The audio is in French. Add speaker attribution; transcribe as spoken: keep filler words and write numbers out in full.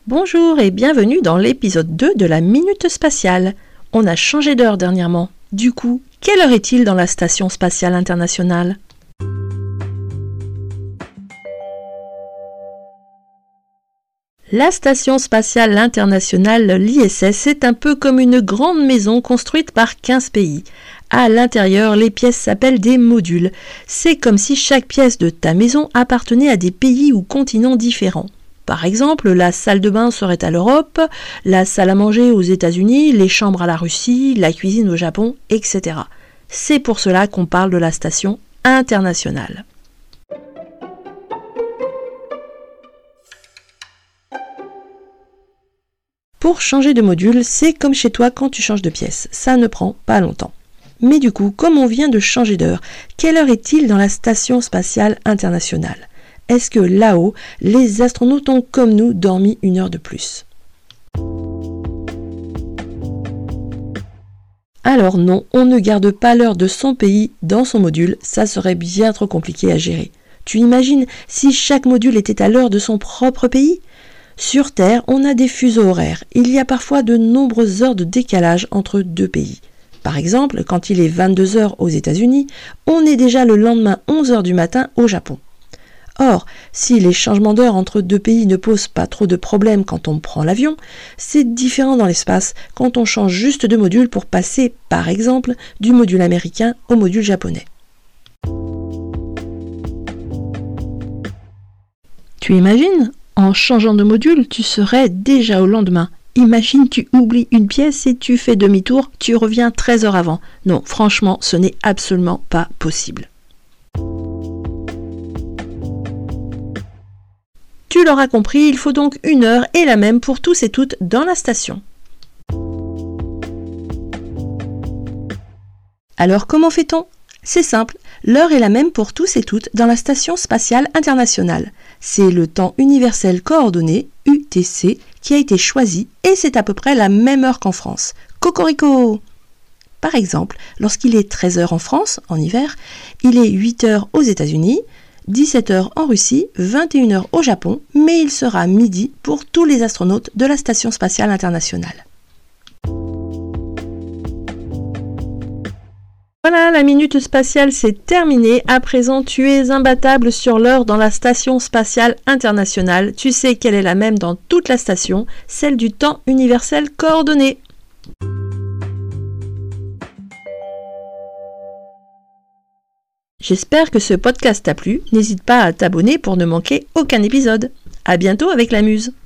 Speaker 1: Bonjour et bienvenue dans l'épisode deux de la Minute Spatiale. On a changé d'heure dernièrement. Du coup, quelle heure est-il dans la Station Spatiale Internationale ? La Station Spatiale Internationale, l'I S S, est un peu comme une grande maison construite par quinze pays. À l'intérieur, les pièces s'appellent des modules. C'est comme si chaque pièce de ta maison appartenait à des pays ou continents différents. Par exemple, la salle de bain serait à l'Europe, la salle à manger aux États-Unis, les chambres à la Russie, la cuisine au Japon, et cetera. C'est pour cela qu'on parle de la Station internationale. Pour changer de module, c'est comme chez toi quand tu changes de pièce. Ça ne prend pas longtemps. Mais du coup, comme on vient de changer d'heure, quelle heure est-il dans la Station Spatiale Internationale ? Est-ce que là-haut, les astronautes ont comme nous dormi une heure de plus ? Alors non, on ne garde pas l'heure de son pays dans son module, ça serait bien trop compliqué à gérer. Tu imagines si chaque module était à l'heure de son propre pays ? Sur Terre, on a des fuseaux horaires. Il y a parfois de nombreuses heures de décalage entre deux pays. Par exemple, quand il est vingt-deux heures aux États-Unis, on est déjà le lendemain onze heures du matin au Japon. Or, si les changements d'heure entre deux pays ne posent pas trop de problèmes quand on prend l'avion, c'est différent dans l'espace quand on change juste de module pour passer, par exemple, du module américain au module japonais. Tu imagines ? En changeant de module, tu serais déjà au lendemain. Imagine, tu oublies une pièce et tu fais demi-tour, tu reviens treize heures avant. Non, franchement, ce n'est absolument pas possible. Tu l'auras compris, il faut donc une heure et la même pour tous et toutes dans la station. Alors comment fait-on ? C'est simple, l'heure est la même pour tous et toutes dans la Station Spatiale Internationale. C'est le temps universel coordonné, U T C, qui a été choisi et c'est à peu près la même heure qu'en France. Cocorico ! Par exemple, lorsqu'il est treize heures en France, en hiver, il est huit heures aux États-Unis, dix-sept heures en Russie, vingt et une heures au Japon, mais il sera midi pour tous les astronautes de la Station Spatiale Internationale. Voilà, la Minute Spatiale, c'est terminé. À présent, tu es imbattable sur l'heure dans la Station Spatiale Internationale. Tu sais qu'elle est la même dans toute la station, celle du temps universel coordonné. J'espère que ce podcast t'a plu. N'hésite pas à t'abonner pour ne manquer aucun épisode. À bientôt avec la Muse.